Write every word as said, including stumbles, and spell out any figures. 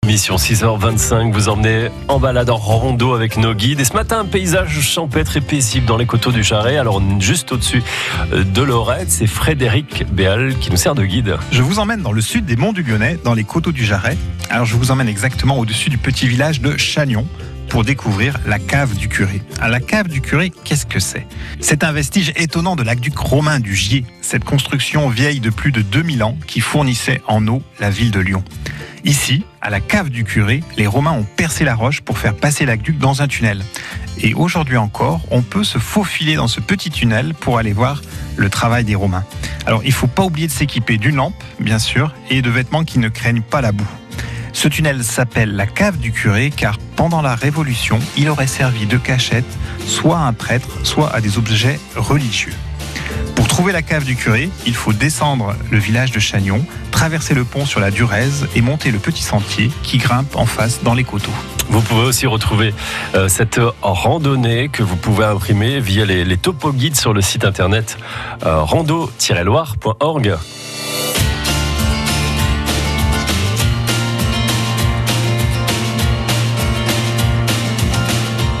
l'émission, six heures vingt-cinq, vous emmenez en balade en rando avec nos guides. Et ce matin, un paysage champêtre et paisible dans les coteaux du Jarret. Alors, juste au-dessus de Lorette, c'est Frédéric Béal qui nous sert de guide. Je vous emmène dans le sud des Monts du Lyonnais, dans les coteaux du Jarret. Alors, je vous emmène exactement au-dessus du petit village de Chagnon pour découvrir la cave du curé. À la cave du curé, qu'est-ce que c'est ? C'est un vestige étonnant de l'aqueduc romain du Gier, cette construction vieille de plus de deux mille ans qui fournissait en eau la ville de Lyon. Ici, à la cave du curé, les Romains ont percé la roche pour faire passer l'aqueduc dans un tunnel. Et aujourd'hui encore, on peut se faufiler dans ce petit tunnel pour aller voir le travail des Romains. Alors, il ne faut pas oublier de s'équiper d'une lampe, bien sûr, et de vêtements qui ne craignent pas la boue. Ce tunnel s'appelle la cave du curé car pendant la Révolution, il aurait servi de cachette soit à un prêtre, soit à des objets religieux. Pour trouver la cave du curé, il faut descendre le village de Chagnon, traverser le pont sur la Durèze et monter le petit sentier qui grimpe en face dans les coteaux. Vous pouvez aussi retrouver euh, cette randonnée que vous pouvez imprimer via les, les topo guides sur le site internet euh, rando tiret loire point org.